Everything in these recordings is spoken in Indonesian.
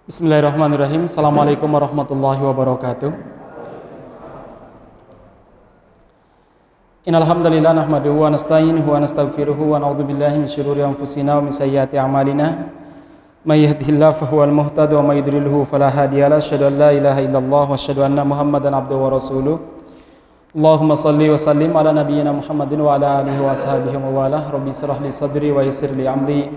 Bismillahirrahmanirrahim. Assalamualaikum warahmatullahi wabarakatuh. Innal hamdalillah nahmaduhu wa nasta'inuhu wa nastaghfiruhu wa na'udzu billahi min syururi anfusina wa min sayyiati a'malina. May yahdihillahu fahuwal muhtadi wa may yudlilhu fala hadiyalah. Asyhadu an la ilaha illallah wa asyhadu anna Muhammadan abduhu wa rasuluh. Allahumma shalli wa sallim ala nabiyyina Muhammadin wa ala alihi wa ashabihi wa walah. Rabbi shrah li sadri wa yassir li amri.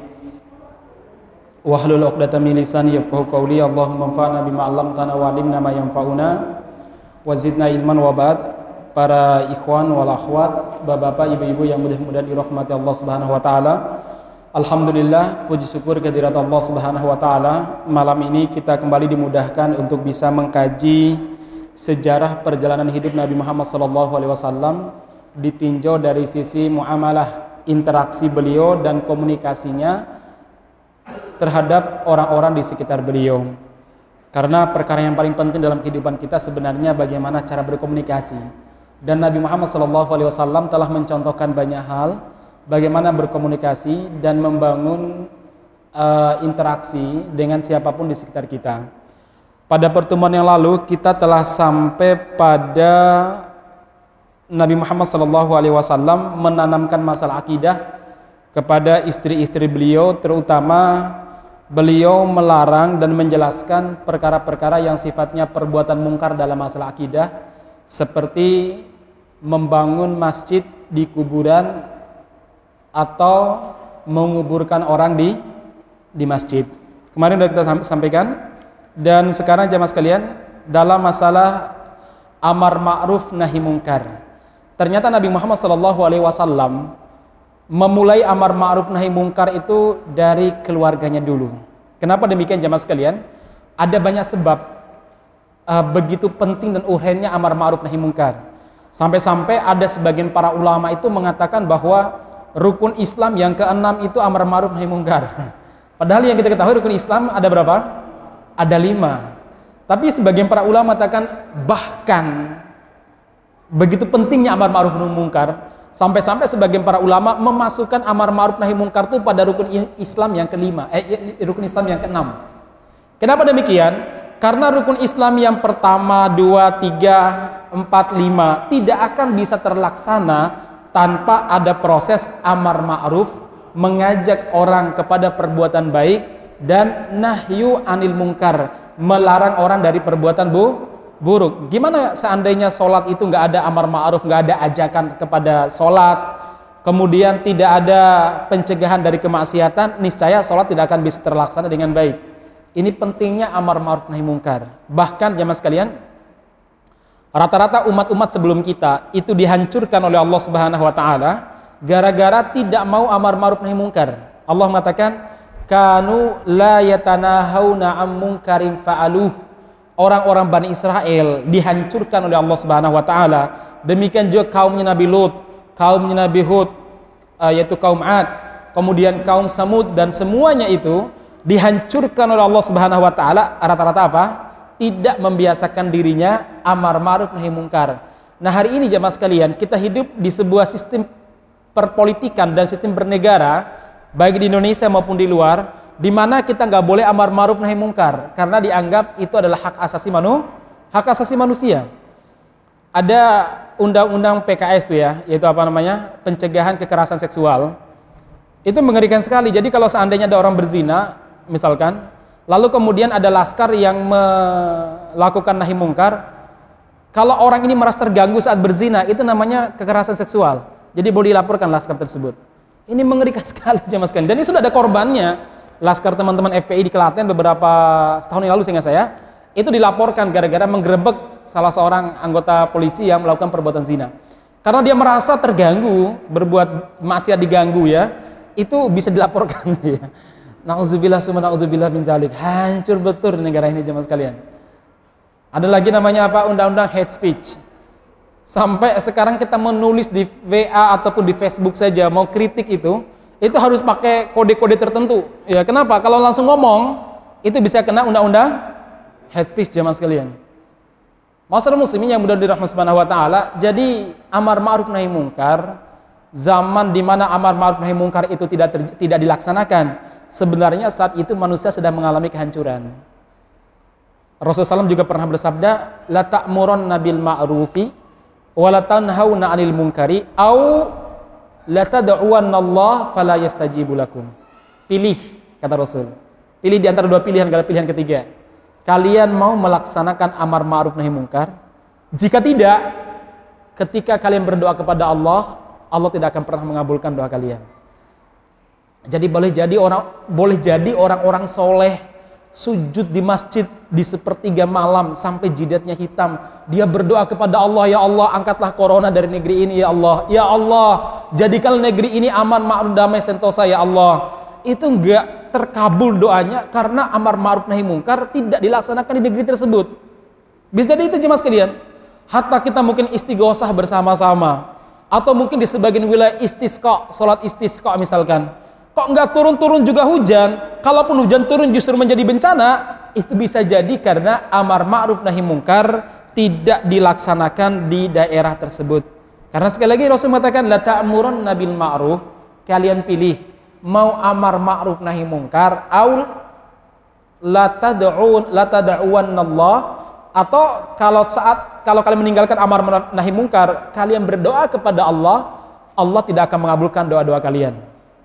Wahlul 'uqdatam min lisani yafqahu qawli. Allahumma anfa'na bima 'allamtana wa 'allimna ma yanfa'una wa zidna ilman wa ba'd. Para ikhwan wal akhwat, bapak-bapak, ibu-ibu yang mudah-mudahan dirahmati Allah Subhanahu wa taala. Alhamdulillah, puji syukur kehadirat Allah Subhanahu wa taala. Malam ini kita kembali dimudahkan untuk bisa mengkaji sejarah perjalanan hidup Nabi Muhammad SAW, ditinjau dari sisi muamalah, interaksi beliau dan komunikasinya terhadap orang-orang di sekitar beliau. Karena perkara yang paling penting dalam kehidupan kita sebenarnya bagaimana cara berkomunikasi. Dan Nabi Muhammad SAW telah mencontohkan banyak hal bagaimana berkomunikasi dan membangun interaksi dengan siapapun di sekitar kita. Pada pertemuan yang lalu kita telah sampai pada Nabi Muhammad SAW menanamkan masalah akidah kepada istri-istri beliau, terutama beliau melarang dan menjelaskan perkara-perkara yang sifatnya perbuatan mungkar dalam masalah akidah, seperti membangun masjid di kuburan atau menguburkan orang di masjid. Kemarin sudah kita sampaikan. Dan sekarang jamaah sekalian, dalam masalah amar ma'ruf nahi mungkar, ternyata Nabi Muhammad SAW memulai amar ma'ruf nahi mungkar itu dari keluarganya dulu. Kenapa demikian jamaah sekalian? Ada banyak sebab begitu penting dan urgennya amar ma'ruf nahi mungkar. Sampai-sampai ada sebagian para ulama itu mengatakan bahwa rukun Islam yang keenam itu amar ma'ruf nahi mungkar. Padahal yang kita ketahui rukun Islam ada berapa? Ada 5. Tapi sebagian para ulama mengatakan bahkan begitu pentingnya amar ma'ruf nahi mungkar, sampai-sampai sebagian para ulama memasukkan amar ma'ruf nahi mungkar itu pada rukun Islam yang kelima, rukun Islam yang keenam. Kenapa demikian? Karena rukun Islam yang pertama, 2, 3, 4, 5 tidak akan bisa terlaksana tanpa ada proses amar ma'ruf, mengajak orang kepada perbuatan baik, dan nahyu anil mungkar, melarang orang dari perbuatan buruk. Gimana seandainya sholat itu nggak ada amar ma'ruf, nggak ada ajakan kepada sholat, kemudian tidak ada pencegahan dari kemaksiatan, niscaya sholat tidak akan bisa terlaksana dengan baik. Ini pentingnya amar ma'ruf nahi mungkar. Bahkan jamaah sekalian, rata-rata umat-umat sebelum kita itu dihancurkan oleh Allah Subhanahu wa taala gara-gara tidak mau amar ma'ruf nahi mungkar. Allah mengatakan kanu la yatanahawna am munkarin fa'aluh. Orang-orang Bani Israel dihancurkan oleh Allah Subhanahu wa taala. Demikian juga kaumnya Nabi Lut, kaumnya Nabi Hud, yaitu kaum Ad, kemudian kaum Samud, dan semuanya itu dihancurkan oleh Allah Subhanahu wa taala rata-rata apa? Tidak membiasakan dirinya amar ma'ruf nahi mungkar. Nah, hari ini jamaah sekalian, kita hidup di sebuah sistem perpolitikan dan sistem bernegara, baik di Indonesia maupun di luar, di mana kita nggak boleh amar ma'ruf nahi mungkar karena dianggap itu adalah hak asasi manusia. Ada undang-undang PKS itu ya, yaitu apa namanya, pencegahan kekerasan seksual. Itu mengerikan sekali. Jadi kalau seandainya ada orang berzina misalkan, lalu kemudian ada laskar yang melakukan nahi mungkar, kalau orang ini merasa terganggu saat berzina, itu namanya kekerasan seksual. Jadi boleh dilaporkan laskar tersebut. Ini mengerikan sekali jamaah sekalian. Dan ini sudah ada korbannya. Laskar teman-teman FPI di Klaten beberapa tahun yang lalu sehingga saya itu dilaporkan gara-gara menggerebek salah seorang anggota polisi yang melakukan perbuatan zina. Karena dia merasa terganggu, berbuat maksiat diganggu ya, itu bisa dilaporkan ya. Nauzubillah summa nauzubillah min zalik. Hancur betul negara ini jamaah sekalian. Ada lagi namanya apa? Undang-undang hate speech. Sampai sekarang kita menulis di WA ataupun di Facebook saja mau kritik itu harus pakai kode-kode tertentu. Ya, kenapa? Kalau langsung ngomong itu bisa kena undang-undang hate speech jamaah sekalian. Masyarakat muslimin yang mudah dirahmati Subhanahu wa taala, jadi amar ma'ruf nahi mungkar, zaman di mana amar ma'ruf nahi mungkar itu tidak dilaksanakan, sebenarnya saat itu manusia sedang mengalami kehancuran. Rasulullah SAW juga pernah bersabda, la ta'murunna bil ma'rufi wa la tanhauna 'anil munkari au la tad'uwanna Allah fala yastajibu lakum. Pilih, kata Rasul. Pilih di antara dua pilihan, gak ada pilihan ketiga. Kalian mau melaksanakan amar ma'ruf nahi munkar? Jika tidak, ketika kalian berdoa kepada Allah, Allah tidak akan pernah mengabulkan doa kalian. Jadi boleh jadi orang-orang soleh sujud di masjid di sepertiga malam sampai jidatnya hitam. Dia berdoa kepada Allah, ya Allah, angkatlah corona dari negeri ini, ya Allah. Ya Allah, jadikan negeri ini aman, ma'ruf, damai, sentosa, ya Allah. Itu enggak terkabul doanya karena amar ma'ruf nahi munkar tidak dilaksanakan di negeri tersebut. Bisa jadi itu jemaah sekalian. Hatta kita mungkin istighosah bersama-sama, atau mungkin di sebagian wilayah istisqa, salat istisqa misalkan. Kok nggak turun-turun juga hujan? Kalaupun hujan turun justru menjadi bencana, itu bisa jadi karena amar ma'ruf nahi munkar tidak dilaksanakan di daerah tersebut. Karena sekali lagi Rasul mengatakan la ta'murunna bil ma'ruf, kalian pilih mau amar ma'ruf nahi munkar au la tad'uwanna Allah, atau kalau kalian meninggalkan amar nahi munkar, kalian berdoa kepada Allah, Allah tidak akan mengabulkan doa-doa kalian.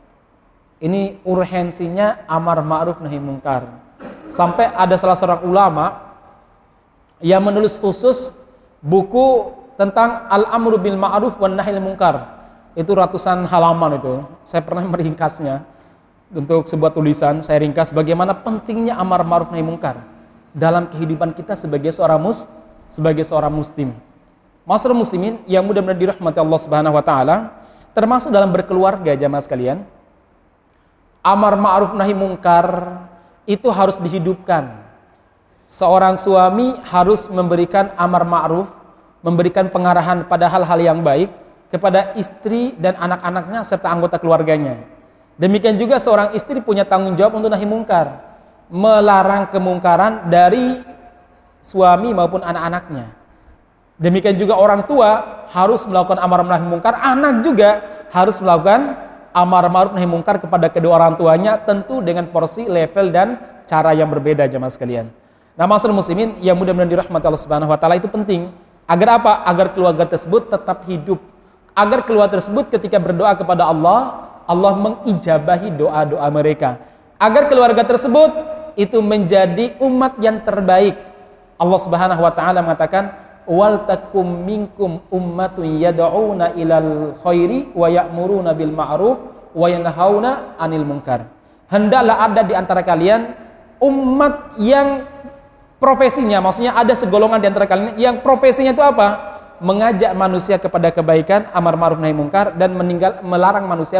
Ini urgensinya amar ma'ruf nahi munkar. Sampai ada salah seorang ulama yang menulis khusus buku tentang al-amru bil ma'ruf wan nahi munkar. Itu ratusan halaman itu. Saya pernah meringkasnya untuk sebuah tulisan. Saya ringkas bagaimana pentingnya amar ma'ruf nahi munkar dalam kehidupan kita sebagai seorang muslim. Masyaallah muslimin yang mudah-mudahan dirahmati Allah Subhanahu wa taala, termasuk dalam berkeluarga jamaah sekalian. Amar ma'ruf nahi munkar itu harus dihidupkan. Seorang suami harus memberikan amar ma'ruf, memberikan pengarahan pada hal-hal yang baik kepada istri dan anak-anaknya serta anggota keluarganya. Demikian juga seorang istri punya tanggung jawab untuk nahi munkar, melarang kemungkaran dari suami maupun anak-anaknya. Demikian juga orang tua harus melakukan amar nahi munkar, anak juga harus melakukan amar ma'ruf nahi munkar kepada kedua orang tuanya, tentu dengan porsi, level, dan cara yang berbeda jemaah sekalian. Nah, masyaallah muslimin yang mudah-mudahan dirahmati Allah Subhanahu wa taala, itu penting. Agar apa? Agar keluarga tersebut tetap hidup. Agar keluarga tersebut ketika berdoa kepada Allah, Allah mengijabahi doa-doa mereka. Agar keluarga tersebut itu menjadi umat yang terbaik. Allah Subhanahu wa taala mengatakan, wal takum minkum ummatun yad'una ilal khairi wa ya'muruna bil ma'ruf wa yanhauna 'anil munkar. Hendaklah ada di antara kalian umat yang profesinya, maksudnya ada segolongan di antara kalian yang profesinya itu apa? Mengajak manusia kepada kebaikan, amar ma'ruf nahi munkar, dan melarang manusia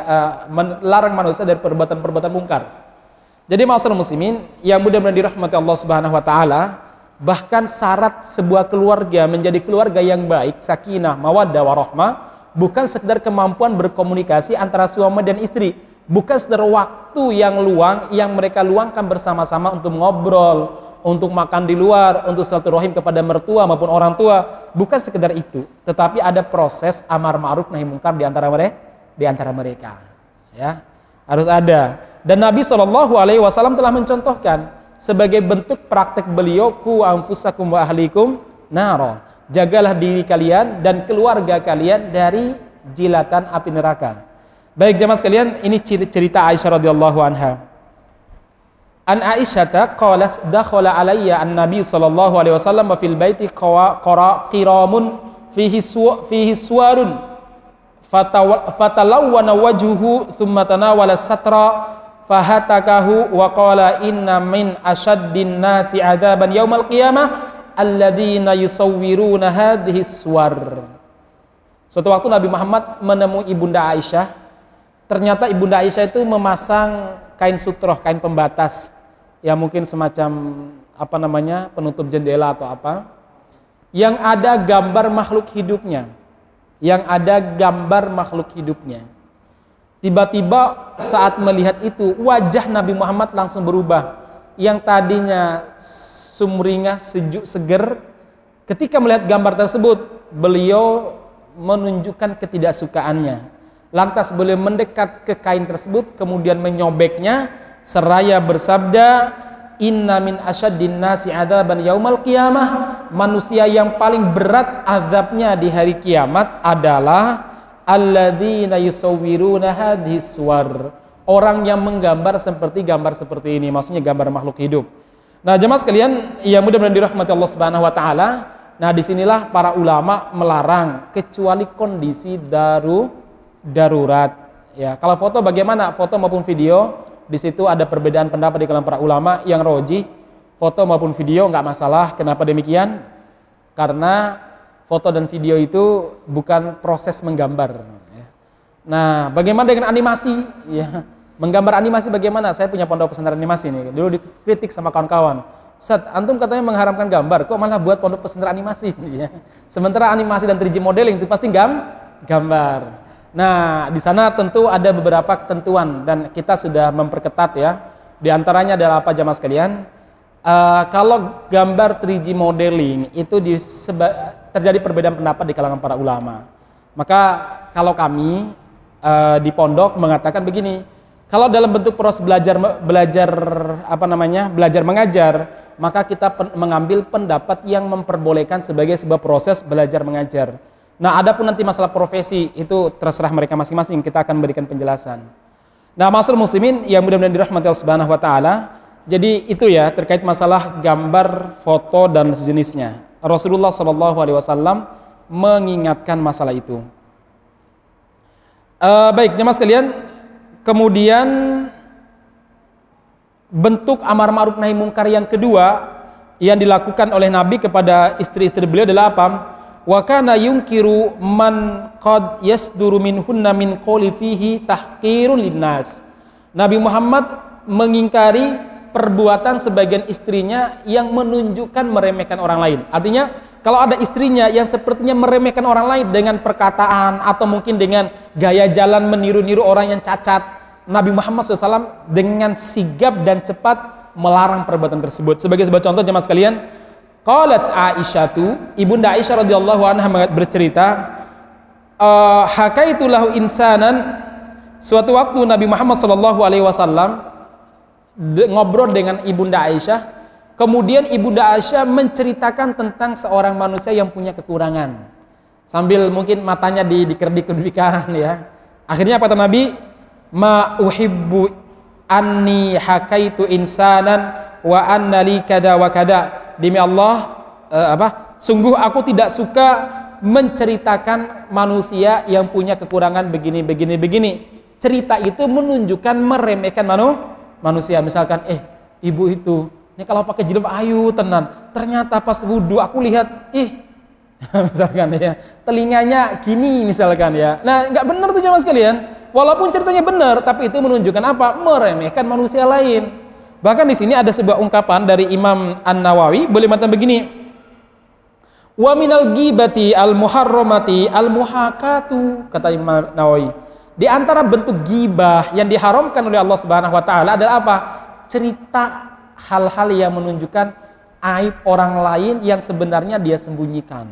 dari perbuatan-perbuatan munkar. Jadi masyaallah muslimin yang mudah-mudahan dirahmati Allah Subhanahu wa taala, bahkan syarat sebuah keluarga menjadi keluarga yang baik, sakinah, mawaddah, warahmah, bukan sekedar kemampuan berkomunikasi antara suami dan istri, bukan sekedar waktu yang luang yang mereka luangkan bersama-sama untuk ngobrol, untuk makan di luar, untuk silaturahim kepada mertua maupun orang tua, bukan sekedar itu, tetapi ada proses amar ma'ruf nahi munkar di antara mereka. Ya, harus ada. Dan Nabi SAW telah mencontohkan sebagai bentuk praktek beliau, ku anfusakum wa ahlikum naro, jagalah diri kalian dan keluarga kalian dari jilatan api neraka. Baik jemaah sekalian, ini cerita Aisyah radhiyallahu anha. An Aisyah qalas dakhala alayya an-nabi sallallahu alaihi wasallam wa fil baiti qiramun fihi suwarun fatalawwana wajhuhu thumma tanawala satra fahatakahu wa qala inna min ashaddin nasi adzaban yaumal qiyamah alladzina yusawwiruna hadhihi suwar. Suatu waktu Nabi Muhammad menemui Ibunda Aisyah. Ternyata Ibunda Aisyah itu memasang kain sutroh, kain pembatas yang mungkin semacam penutup jendela atau apa, yang ada gambar makhluk hidupnya. Tiba-tiba saat melihat itu, wajah Nabi Muhammad langsung berubah. Yang tadinya sumringah, sejuk, seger, ketika melihat gambar tersebut, beliau menunjukkan ketidaksukaannya. Lantas beliau mendekat ke kain tersebut, kemudian menyobeknya, seraya bersabda, inna min asyaddin nasi adzaban yaumal qiyamah, manusia yang paling berat azabnya di hari kiamat adalah alladzina yusawwiruna hadhis suwar, orang yang menggambar seperti gambar seperti ini, maksudnya gambar makhluk hidup. Nah, jemaah sekalian yang mudah-mudahan dirahmati Allah Subhanahu wa taala, nah disinilah para ulama melarang kecuali kondisi darurat. Ya, kalau foto bagaimana? Foto maupun video, di situ ada perbedaan pendapat di kalangan para ulama. Yang rojih, foto maupun video nggak masalah. Kenapa demikian? Karena foto dan video itu bukan proses menggambar. Nah, bagaimana dengan animasi? Ya, menggambar animasi bagaimana? Saya punya pondok pesantren animasi nih. Dulu dikritik sama kawan-kawan. Ustaz, antum katanya mengharamkan gambar, kok malah buat pondok pesantren animasi? Ya. Sementara animasi dan 3D modeling itu pasti gambar. Nah, di sana tentu ada beberapa ketentuan dan kita sudah memperketat ya. Di antaranya adalah apa jamaah sekalian? Kalau gambar 3D modeling itu terjadi perbedaan pendapat di kalangan para ulama. Maka kalau kami di pondok mengatakan begini, kalau dalam bentuk proses belajar mengajar, maka kita mengambil pendapat yang memperbolehkan sebagai sebuah proses belajar mengajar. Nah, adapun nanti masalah profesi itu terserah mereka masing-masing, kita akan memberikan penjelasan. Nah, masalah muslimin yang mudah-mudahan dirahmati Allah Subhanahu wa taala. Jadi itu ya terkait masalah gambar, foto dan sejenisnya. Rasulullah SAW mengingatkan masalah itu. Baik, jemaah sekalian, kemudian bentuk amar ma'ruf nahi mungkar yang kedua yang dilakukan oleh Nabi kepada istri-istri beliau adalah apa? Wa kana yunkiru man qad yasduru minhunna min qawli fihi tahqirun linnas. Nabi Muhammad mengingkari perbuatan sebagian istrinya yang menunjukkan meremehkan orang lain. Artinya kalau ada istrinya yang sepertinya meremehkan orang lain dengan perkataan atau mungkin dengan gaya jalan meniru-niru orang yang cacat, Nabi Muhammad SAW dengan sigap dan cepat melarang perbuatan tersebut. Sebagai sebuah contoh jemaah sekalian, qalat Aisyatu, ibunda Aisyah radhiyallahu anha bercerita, hakaitu lahu insanan, suatu waktu Nabi Muhammad sallallahu alaihi wasallam ngobrol dengan ibunda Aisyah, kemudian ibunda Aisyah menceritakan tentang seorang manusia yang punya kekurangan, sambil mungkin matanya dikerdik-kerdikan ya. Akhirnya apa kata Nabi? Ma uhibbu anni hakaitu insanan wa anna li kada wa kada. Demi Allah, sungguh aku tidak suka menceritakan manusia yang punya kekurangan begini. Cerita itu menunjukkan meremehkan manusia. Misalkan, ibu itu, ini kalau pakai jilbab ayu tenan, ternyata pas wudhu aku lihat, misalkan ya, telinganya gini misalkan ya. Nah, nggak benar tuh jemaah sekalian. Walaupun ceritanya benar, tapi itu menunjukkan apa? Meremehkan manusia lain. Bahkan di sini ada sebuah ungkapan dari Imam An-Nawawi, boleh mengatakan begini, wa minal ghibati al-muharramati al-muhakatu, kata Imam Nawawi, di antara bentuk ghibah yang diharamkan oleh Allah Subhanahu wa taala adalah apa? Cerita hal-hal yang menunjukkan aib orang lain yang sebenarnya dia sembunyikan.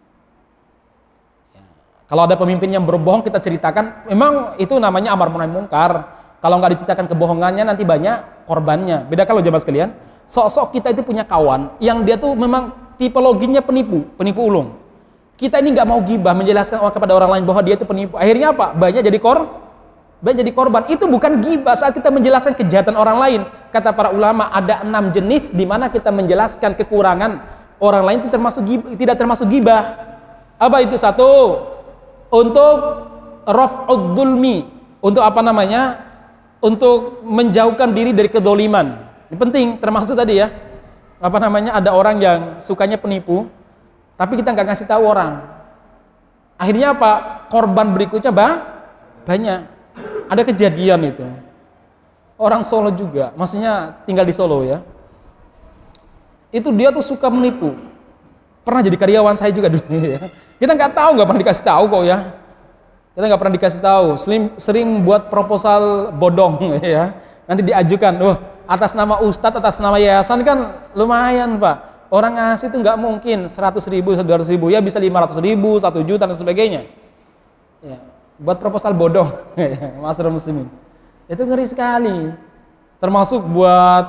Kalau ada pemimpin yang berbohong kita ceritakan, memang itu namanya amar nahi mungkar. Kalau nggak diceritakan kebohongannya nanti banyak korbannya. Beda kalau jemaah sekalian, sok-sok kita itu punya kawan yang dia tuh memang tipologinya penipu ulung. Kita ini nggak mau gibah menjelaskan kepada orang lain bahwa dia itu penipu. Akhirnya apa? Banyak jadi korban. Itu bukan gibah saat kita menjelaskan kejahatan orang lain. Kata para ulama ada 6 jenis di mana kita menjelaskan kekurangan orang lain itu tidak termasuk gibah. Apa itu? Satu, untuk raf'udz zulmi, untuk untuk menjauhkan diri dari kedoliman. Ini penting, termasuk tadi ya, ada orang yang sukanya penipu, tapi kita nggak ngasih tahu orang. Akhirnya apa? Korban berikutnya banyak. Ada kejadian itu. Orang Solo juga, maksudnya tinggal di Solo ya. Itu dia tuh suka menipu. Pernah jadi karyawan saya juga dulu ya. Kita nggak pernah dikasih tahu kok ya. Kita nggak pernah dikasih tahu, sering buat proposal bodong ya. Nanti diajukan, atas nama ustadz, atas nama yayasan kan lumayan pak. Orang ngasih itu nggak mungkin 100.000, 200.000, ya bisa 500.000, 1 juta dan sebagainya. Ya, buat proposal bodong, masyarakat muslimin. Itu ngeri sekali. Termasuk buat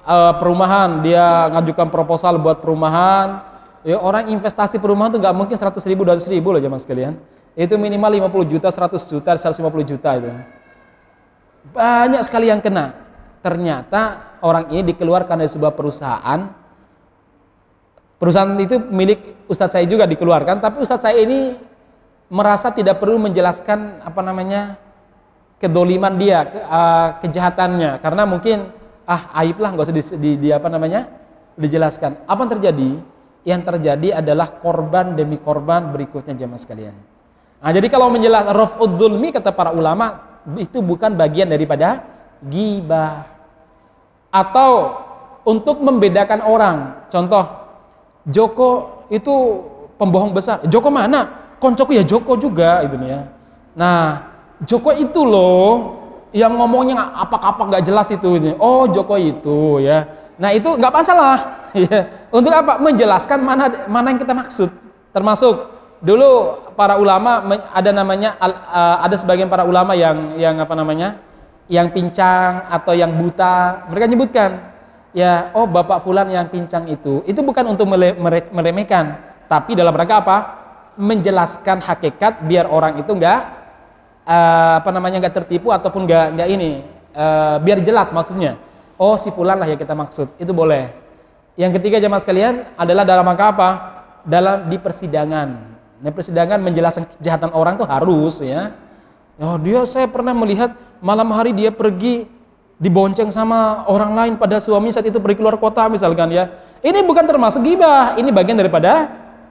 perumahan, dia ngajukan proposal buat perumahan. Ya, orang investasi perumahan tuh nggak mungkin 100.000, 200.000 loh jemaah sekalian. Itu minimal 50 juta, 100 juta, 150 juta itu. Banyak sekali yang kena. Ternyata orang ini dikeluarkan dari sebuah perusahaan. Perusahaan itu milik ustadz saya juga dikeluarkan, tapi ustadz saya ini merasa tidak perlu menjelaskan kedoliman dia, kejahatannya, karena mungkin aib lah, nggak usah dijelaskan. Apa yang terjadi? Yang terjadi adalah korban demi korban berikutnya jemaah sekalian. Nah, jadi kalau menjelaskan raf'udz dzulmi kata para ulama itu bukan bagian daripada ghibah. Atau untuk membedakan orang, contoh Joko itu pembohong besar. Joko mana? Koncoku ya Joko juga itu nih ya. Nah, Joko itu loh yang ngomongnya apa-apa nggak jelas itu. Oh, Joko itu ya. Nah, itu nggak masalah. Ya. Untuk apa? Menjelaskan mana yang kita maksud. Termasuk dulu para ulama ada sebagian para ulama yang pincang atau yang buta. Mereka nyebutkan ya, oh bapak fulan yang pincang itu bukan untuk meremehkan, tapi dalam rangka apa? Menjelaskan hakikat biar orang itu nggak tertipu ataupun biar jelas maksudnya. Oh si fulan lah yang kita maksud, itu boleh. Yang ketiga jemaah sekalian adalah dalam rangka apa? Di persidangan. Nah, persidangan menjelaskan kejahatan orang tuh harus ya. Oh saya pernah melihat malam hari dia pergi dibonceng sama orang lain pada suami saat itu pergi keluar kota misalkan ya. Ini bukan termasuk ghibah, ini bagian daripada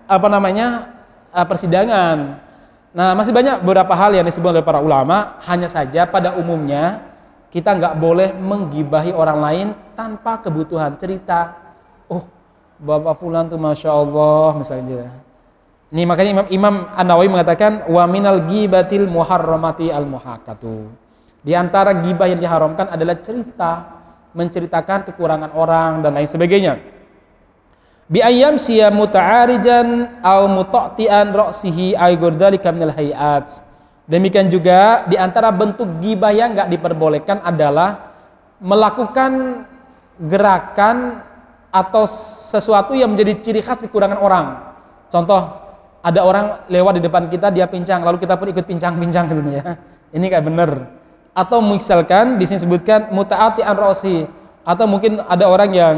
persidangan. Nah, masih banyak beberapa hal yang disebut oleh para ulama. Hanya saja pada umumnya kita nggak boleh menggibahi orang lain tanpa kebutuhan. Cerita, oh bapak fulan tuh masya Allah misalnya. Ini makanya Imam An-Nawawi mengatakan wa minal ghibatil muharramati al muhakatu. Di antara ghibah yang diharamkan adalah menceritakan kekurangan orang dan lain sebagainya. Bi ayyam siya muta'arijan au muta'tian ra'sihi ay gurdalika minal hayat. Demikian juga di antara bentuk ghibah yang enggak diperbolehkan adalah melakukan gerakan atau sesuatu yang menjadi ciri khas kekurangan orang. Contoh, ada orang lewat di depan kita, dia pincang, lalu kita pun ikut pincang-pincang gitu ya. Ini enggak benar. Atau misalkan di sini sebutkan muta'ati an ra'si, atau mungkin ada orang yang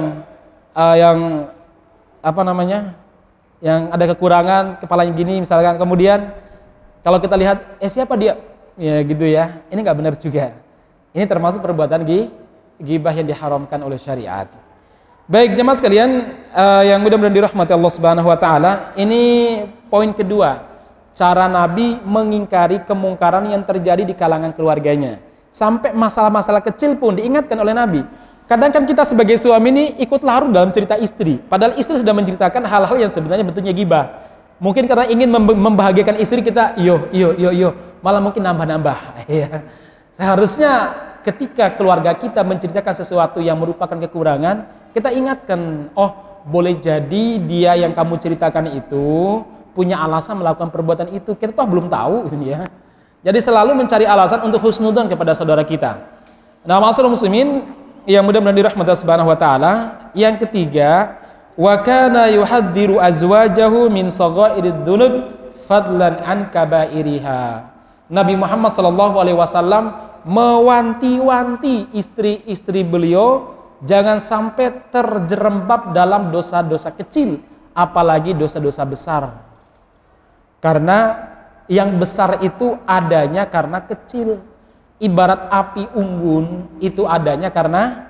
ada kekurangan kepalanya gini misalkan, kemudian kalau kita lihat siapa dia ya gitu ya, ini nggak benar juga. Ini termasuk perbuatan ghibah yang diharamkan oleh syariat. Baik jemaah sekalian yang mudah-mudahan dirahmati Allah Subhanahu wa taala, ini poin kedua, cara Nabi mengingkari kemungkaran yang terjadi di kalangan keluarganya. Sampai masalah-masalah kecil pun diingatkan oleh Nabi. Kadang kan kita sebagai suami ini ikut larut dalam cerita istri, padahal istri sudah menceritakan hal-hal yang sebenarnya bentuknya ghibah. Mungkin karena ingin membahagiakan istri kita, malah mungkin nambah-nambah. Seharusnya ketika keluarga kita menceritakan sesuatu yang merupakan kekurangan, kita ingatkan, oh boleh jadi dia yang kamu ceritakan itu punya alasan melakukan perbuatan itu, kita toh belum tahu gitu ya. Jadi selalu mencari alasan untuk husnudzon kepada saudara kita. Nah, ma'asyiral muslimin yang mudah-mudahan dirahmati Allah Subhanahu wa taala, yang ketiga, wa kana yuhadziru azwajahu min saghairid dzunub fadlan an kabairiha. Nabi Muhammad sallallahu alaihi wasallam mewanti-wanti istri-istri beliau jangan sampai terjerembab dalam dosa-dosa kecil, apalagi dosa-dosa besar. Karena yang besar itu adanya karena kecil. Ibarat api unggun itu adanya karena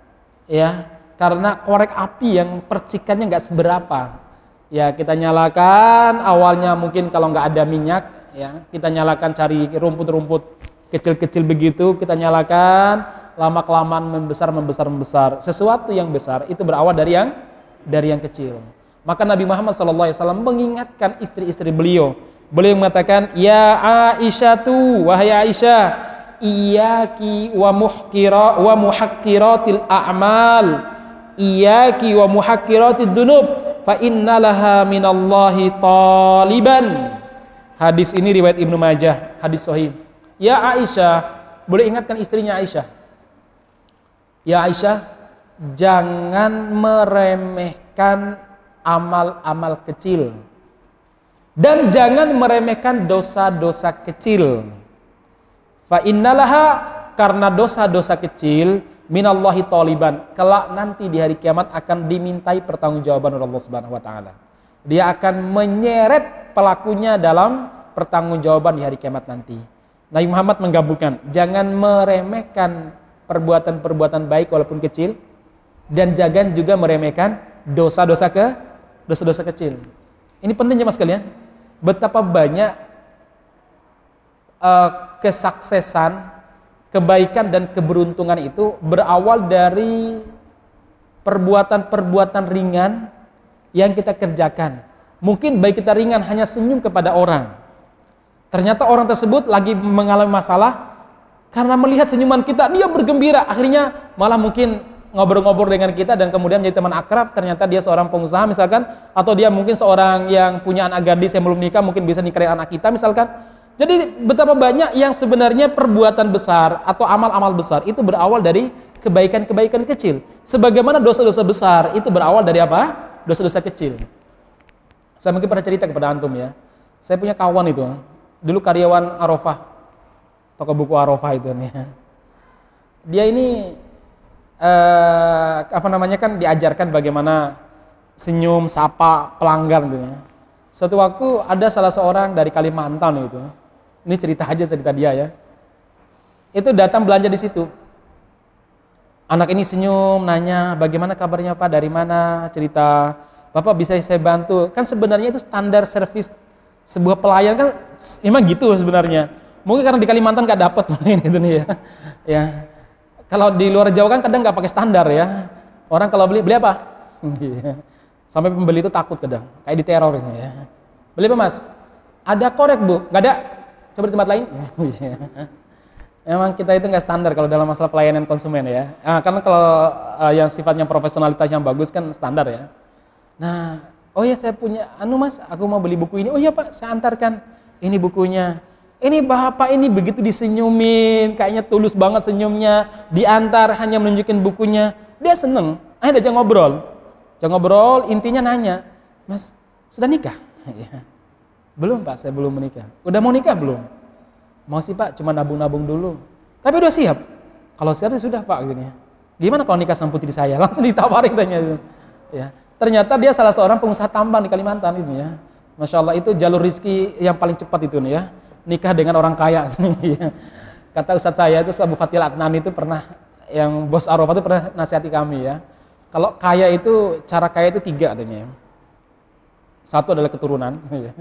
korek api yang percikannya nggak seberapa. Ya kita nyalakan, awalnya mungkin kalau nggak ada minyak, ya kita nyalakan cari rumput-rumput kecil-kecil begitu, kita nyalakan, lama-kelamaan membesar. Sesuatu yang besar itu berawal dari yang kecil. Maka Nabi Muhammad SAW mengingatkan istri-istri beliau. Beliau mengatakan, ya Aisyatu, wahai Aisyah, iyaki wa muhakkiratil a'mal, iyaki wa muhakkiratil dunub, fa innalaha minallahi taliban. Hadis ini riwayat Ibnu Majah, hadis sahih. Ya Aisyah, boleh ingatkan istrinya Aisyah. Ya Aisyah, jangan meremehkan amal-amal kecil dan jangan meremehkan dosa-dosa kecil. Fa innalaha, karena dosa-dosa kecil, minallahi taliban, kelak nanti di hari kiamat akan dimintai pertanggungjawaban oleh Allah Subhanahu wa taala. Dia akan menyeret pelakunya dalam pertanggungjawaban di hari kiamat nanti. Nabi Muhammad menggabungkan, jangan meremehkan perbuatan-perbuatan baik walaupun kecil, dan jangan juga meremehkan dosa-dosa kecil. Ini penting mas kalian. Betapa banyak kesuksesan, kebaikan dan keberuntungan itu berawal dari perbuatan-perbuatan ringan yang kita kerjakan. Mungkin baik kita ringan hanya senyum kepada orang. Ternyata orang tersebut lagi mengalami masalah, karena melihat senyuman kita dia bergembira, akhirnya malah mungkin ngobrol-ngobrol dengan kita dan kemudian menjadi teman akrab. Ternyata dia seorang pengusaha misalkan, atau dia mungkin seorang yang punya anak gadis yang belum nikah, mungkin bisa nikahin anak kita misalkan. Jadi betapa banyak yang sebenarnya perbuatan besar atau amal-amal besar itu berawal dari kebaikan-kebaikan kecil. Sebagaimana dosa-dosa besar itu berawal dari apa? Dosa-dosa kecil. Saya mungkin pernah cerita kepada antum ya. Saya punya kawan itu, dulu karyawan Arafah, toko buku Arafah itu nih. Dia ini kan diajarkan bagaimana senyum, sapa pelanggan gitu ya. Suatu waktu ada salah seorang dari Kalimantan itu. Ini cerita dia ya. Itu datang belanja di situ. Anak ini senyum, nanya, "Bagaimana kabarnya Pak? Dari mana?" Cerita, "Bapak bisa saya bantu?" Kan sebenarnya itu standar servis sebuah pelayan kan emang gitu sebenarnya. Mungkin karena di Kalimantan nggak dapat mungkin itu nih ya. Ya. Kalau di luar Jawa kan kadang nggak pakai standar ya. Orang kalau beli apa? Sampai pembeli itu takut kadang, kayak diteror ini ya. "Beli apa Mas?" "Ada korek Bu." "Nggak ada. Coba di tempat lain." Emang kita itu nggak standar kalau dalam masalah pelayanan konsumen ya. Karena kalau yang sifatnya profesionalitas yang bagus kan standar ya. Nah, "Oh ya saya punya, Mas, aku mau beli buku ini." "Oh iya Pak, saya antarkan. Ini bukunya." Ini bapak ini begitu disenyumin, kayaknya tulus banget senyumnya, diantar hanya menunjukin bukunya, dia seneng. Akhirnya diajak ngobrol, intinya nanya, "Mas, sudah nikah?" "Belum Pak, saya belum menikah." "Udah mau nikah belum?" "Mau sih Pak, cuma nabung-nabung dulu." "Tapi udah siap?" "Kalau siap ya sudah Pak." Gini. "Gimana kalau nikah sama putri saya?" Langsung ditawarin tanya itu. Ya. Ternyata dia salah seorang pengusaha tambang di Kalimantan itu ya. Masya Allah, itu jalur rizki yang paling cepat itu nih ya. Nikah dengan orang kaya. Kata Ustadz saya itu, Abu Fatil Adnan itu pernah, yang bos Arafah itu pernah nasihati kami ya. Kalau kaya itu, cara kaya itu 3 katanya. Satu adalah keturunan.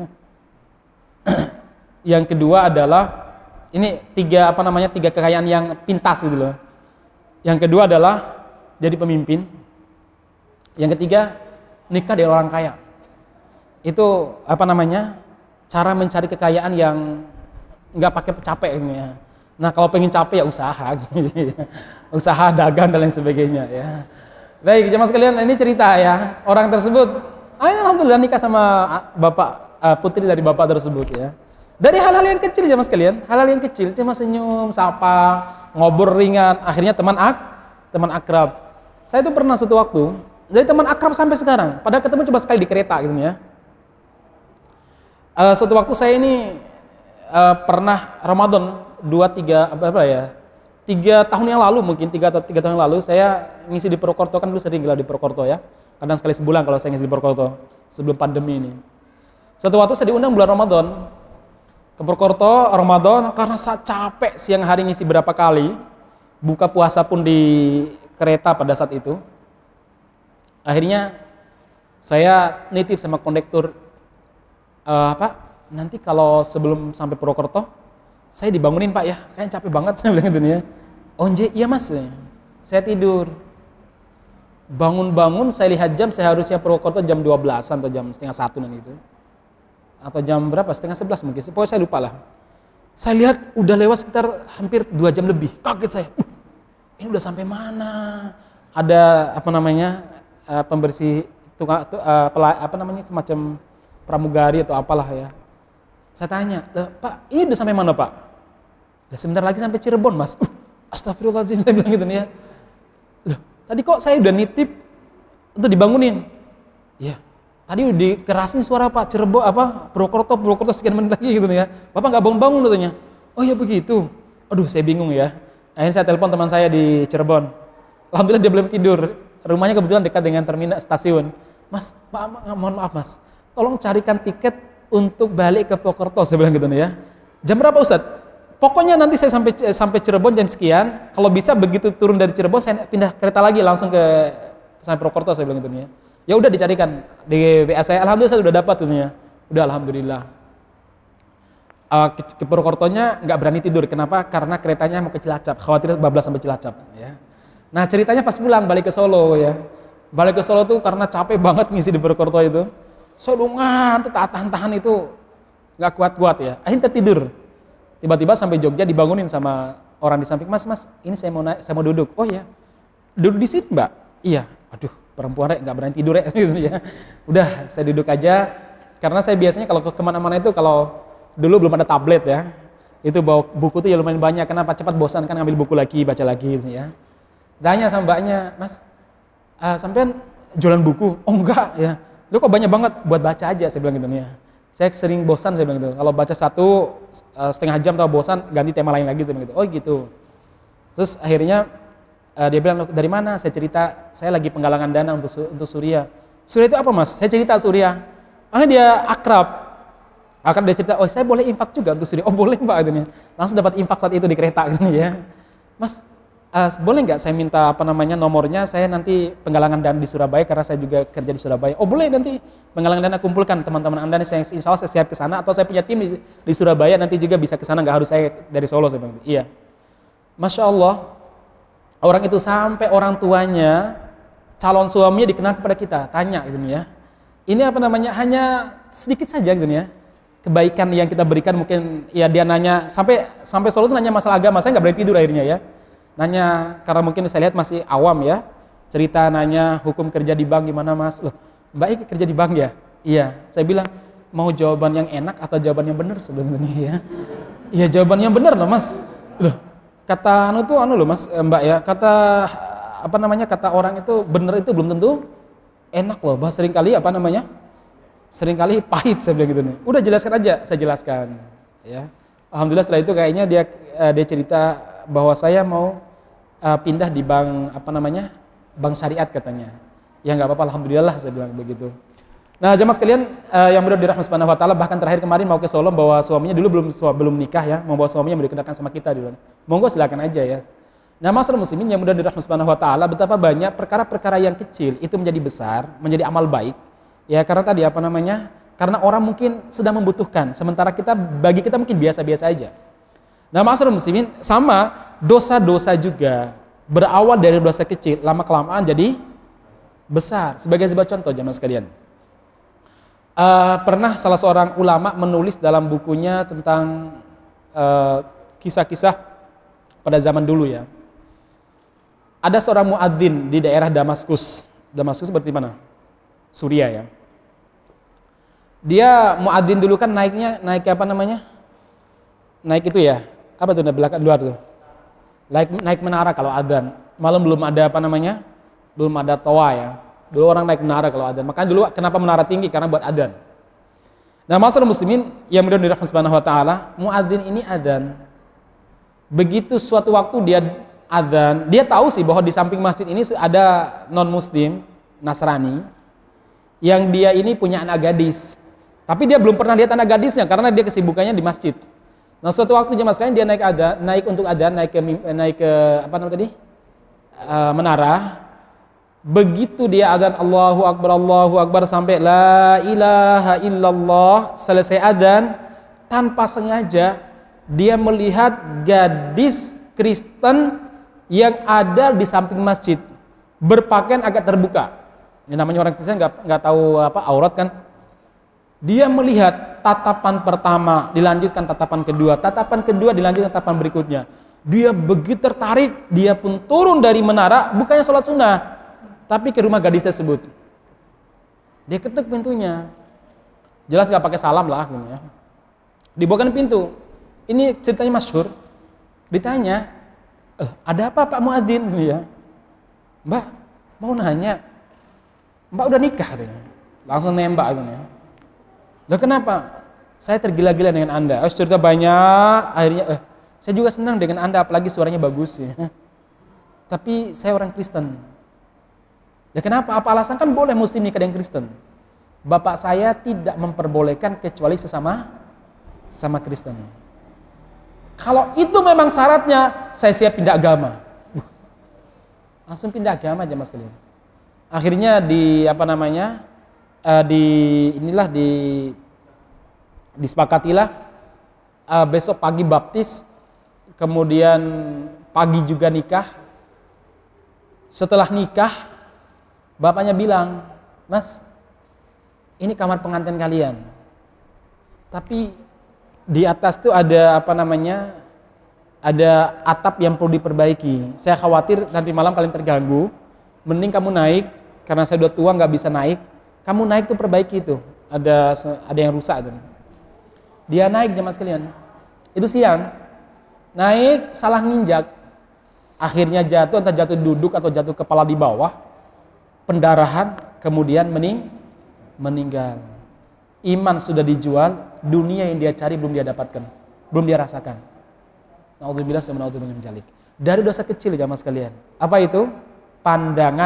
Yang kedua adalah, ini 3 kekayaan yang pintas gitu loh. Yang kedua adalah jadi pemimpin. Yang ketiga, nikah dengan orang kaya. Itu cara mencari kekayaan yang nggak pakai capek gitu ya. Nah kalau pengen capek ya usaha, usaha dagang dan lain sebagainya ya. Baik jemaah sekalian, ini cerita ya orang tersebut. Alhamdulillah nikah sama bapak, putri dari bapak tersebut ya. Dari hal-hal yang kecil jemaah sekalian, hal-hal yang kecil, cuma senyum, sapa, ngobrol ringan, akhirnya teman akrab. Saya itu pernah suatu waktu jadi teman akrab sampai sekarang. Padahal ketemu cuma sekali di kereta gitu ya. Suatu waktu saya ini pernah Ramadan 3 tahun yang lalu, mungkin 3 tahun yang lalu saya ngisi di Purwokerto, kan dulu sering gelar di Purwokerto ya. Kadang sekali sebulan kalau saya ngisi di Purwokerto sebelum pandemi ini. Suatu waktu saya diundang bulan Ramadan ke Purwokerto Ramadan, karena saya capek siang hari ngisi berapa kali, buka puasa pun di kereta pada saat itu. Akhirnya saya nitip sama kondektur, "Pak, nanti kalau sebelum sampai Purwokerto saya dibangunin Pak ya, kayaknya capek banget," saya bilang gitu nih ya. "Oh iya Mas." Saya tidur. Bangun-bangun saya lihat jam, saya harusnya Purwokerto jam 12-an atau jam setengah 1 nanti itu. Atau jam berapa? Setengah 11 mungkin. Pokoknya saya lupa lah. Saya lihat udah lewat sekitar hampir 2 jam lebih. Kaget saya. Ini udah sampai mana? Ada pembersih semacam pramugari atau apalah ya. Saya tanya, "Pak, ini udah sampai mana Pak?" "Sebentar lagi sampai Cirebon Mas." Astagfirullahaladzim, saya bilang gitu nih ya. tadi kok saya udah nitip untuk dibangunin. Iya, tadi udah dikerasin suara Pak, Cirebon Purwokerto sekian menit lagi gitu ya. Bapak nggak bangun-bangun katanya. Oh ya begitu. Aduh saya bingung ya. Akhirnya saya telepon teman saya di Cirebon. Alhamdulillah dia belum tidur. Rumahnya kebetulan dekat dengan terminal stasiun. Mas, mohon maaf mas, tolong carikan tiket untuk balik ke Purwokerto, saya bilang gitu ya. Jam berapa Ustadz? Pokoknya nanti saya sampai Cirebon jam sekian. Kalau bisa begitu turun dari Cirebon saya pindah kereta lagi langsung sampai Purwokerto, saya bilang gitu ya. Ya udah dicarikan di WA saya. Alhamdulillah saya udah dapat gitu ya. Udah alhamdulillah. Ke Purwokertonya nggak berani tidur. Kenapa? Karena keretanya mau ke Cilacap. Khawatir bablas sampai Cilacap. Ya. Nah ceritanya pas pulang balik ke Solo ya. Balik ke Solo tuh karena capek banget ngisi di Purwokerto itu. Solo ngantuk, tahan itu nggak kuat-kuat ya. Akhirnya tertidur. Tiba-tiba sampai Jogja dibangunin sama orang di samping. Mas, ini saya mau duduk. Oh ya, duduk di sini Mbak? Iya. Aduh, perempuan nggak berani tidur ya. Gitu ya. Udah, saya duduk aja. Karena saya biasanya kalau kemana-mana itu kalau dulu belum ada tablet ya. Itu bawa buku tuh ya lumayan banyak. Kenapa? Cepat bosan kan ngambil buku lagi, baca lagi gitu ya. Tanya sama mbaknya, Mas, sampean jualan buku? Oh enggak ya. Lu kok banyak banget? Buat baca aja, saya bilang gitu ya. Saya sering bosan, saya bilang gitu. Kalau baca setengah jam atau bosan, ganti tema lain lagi, saya bilang gitu. Oh gitu. Terus akhirnya dia bilang, dari mana? Saya cerita, saya lagi penggalangan dana untuk Surya. Surya itu apa Mas? Saya cerita Surya. Akhirnya dia akrab dia cerita, oh saya boleh infak juga untuk Surya. Oh boleh Mbak, gitu. Langsung dapat infak saat itu di kereta gitu ya. Mas, boleh nggak saya minta nomornya, saya nanti penggalangan dana di Surabaya karena saya juga kerja di Surabaya. Oh boleh, nanti penggalangan dana kumpulkan teman-teman Anda, saya insya Allah saya siap ke sana, atau saya punya tim di Surabaya nanti juga bisa ke sana, nggak harus saya dari Solo, saya bilang. Iya. Masya Allah, orang itu sampai orang tuanya, calon suaminya dikenal kepada kita, tanya gitu ya. Ini hanya sedikit saja gitu ya. Kebaikan yang kita berikan mungkin ya dia nanya sampai Solo itu nanya masalah agama, saya nggak berani tidur akhirnya ya. Nanya, karena mungkin saya lihat masih awam ya, cerita nanya hukum kerja di bank gimana Mas. Loh, Mbak Ika kerja di bank ya? Iya. Saya bilang, mau jawaban yang enak atau jawaban yang benar sebenarnya ya? Iya jawaban yang benar loh Mas. Loh, kata loh Mas, Mbak ya, kata orang itu benar itu belum tentu enak loh. Bahas seringkali seringkali pahit, saya bilang gitu nih. Udah jelaskan aja, saya jelaskan ya. Alhamdulillah setelah itu kayaknya dia cerita bahwa saya mau pindah di bank bank syariat katanya. Ya nggak apa-apa, alhamdulillah saya bilang begitu. Nah jamaah sekalian yang berada di rahmat subhanahu wa ta'ala, bahkan terakhir kemarin mau ke Solo bawa suaminya, dulu belum nikah ya, mau bawa suaminya mau dikenalkan sama kita dulu. Monggo silakan aja ya. Nah masyarakat muslimin yang berada di rahmat subhanahu wa ta'ala, betapa banyak perkara-perkara yang kecil itu menjadi besar, menjadi amal baik. Ya karena tadi karena orang mungkin sedang membutuhkan, sementara bagi kita mungkin biasa-biasa aja. Nah masyarakat muslimin sama dosa-dosa juga berawal dari dosa kecil, lama-kelamaan jadi besar. Sebagai sebuah contoh jamaah sekalian, pernah salah seorang ulama menulis dalam bukunya tentang kisah-kisah pada zaman dulu ya. Ada seorang muadzin di daerah Damaskus. Damaskus seperti mana? Suriah ya. Dia muadzin dulu kan naik itu ya. Apa tuh belakang luar tuh? Naik menara kalau adzan. Malam belum ada belum ada toa ya. Dulu orang naik menara kalau adzan. Makanya dulu kenapa menara tinggi? Karena buat adzan. Nah, masyarakat muslimin yang mudah dirahmati subhanahu wa ta'ala, muadzin ini adzan. Begitu suatu waktu dia adzan, dia tahu sih bahwa di samping masjid ini ada non-muslim, Nasrani, yang dia ini punya anak gadis. Tapi dia belum pernah lihat anak gadisnya karena dia kesibukannya di masjid. Nah, suatu waktu jemaah sekalian dia naik ke menara. Begitu dia adzan Allahu Akbar sampai la ilaha illallah, selesai adzan, tanpa sengaja dia melihat gadis Kristen yang ada di samping masjid berpakaian agak terbuka. Ini namanya orang Kristen nggak tahu aurat kan. Dia melihat tatapan pertama, dilanjutkan tatapan kedua dilanjutkan tatapan berikutnya. Dia begitu tertarik, dia pun turun dari menara, bukannya sholat sunnah, tapi ke rumah gadis tersebut. Dia ketuk pintunya, jelas nggak pakai salam lah, gitu ya. Dibukakan pintu. Ini ceritanya masyhur. Ditanya, ada apa Pak Muadzin? Ya, Mbak, mau nanya, Mbak udah nikah katanya. Langsung nembak katanya. Loh kenapa? Saya tergila-gila dengan Anda. Cerita banyak, akhirnya saya juga senang dengan Anda, apalagi suaranya bagus ya. Tapi saya orang Kristen. Ya kenapa? Apa alasan? Kan boleh muslim nikah dengan Kristen. Bapak saya tidak memperbolehkan kecuali sesama Kristen. Kalau itu memang syaratnya, saya siap pindah agama. Langsung pindah agama aja mas kalian. Akhirnya disepakatilah besok pagi baptis, kemudian pagi juga nikah. Setelah nikah, bapaknya bilang, Mas, ini kamar pengantin kalian. Tapi di atas tuh ada ada atap yang perlu diperbaiki. Saya khawatir nanti malam kalian terganggu. Mending kamu naik, karena saya udah tua nggak bisa naik. Kamu naik tuh perbaiki itu. Ada yang rusak itu. Dia naik jemaah sekalian. Itu siang. Naik salah nginjak. Akhirnya jatuh, entah jatuh duduk atau jatuh kepala di bawah. Pendarahan, kemudian meninggal. Iman sudah dijual, dunia yang dia cari belum dia dapatkan, belum dia rasakan. Na'udzubillah wa na'udzubillah min dzalik. Dari dosa kecil jemaah sekalian. Apa itu? Pandangan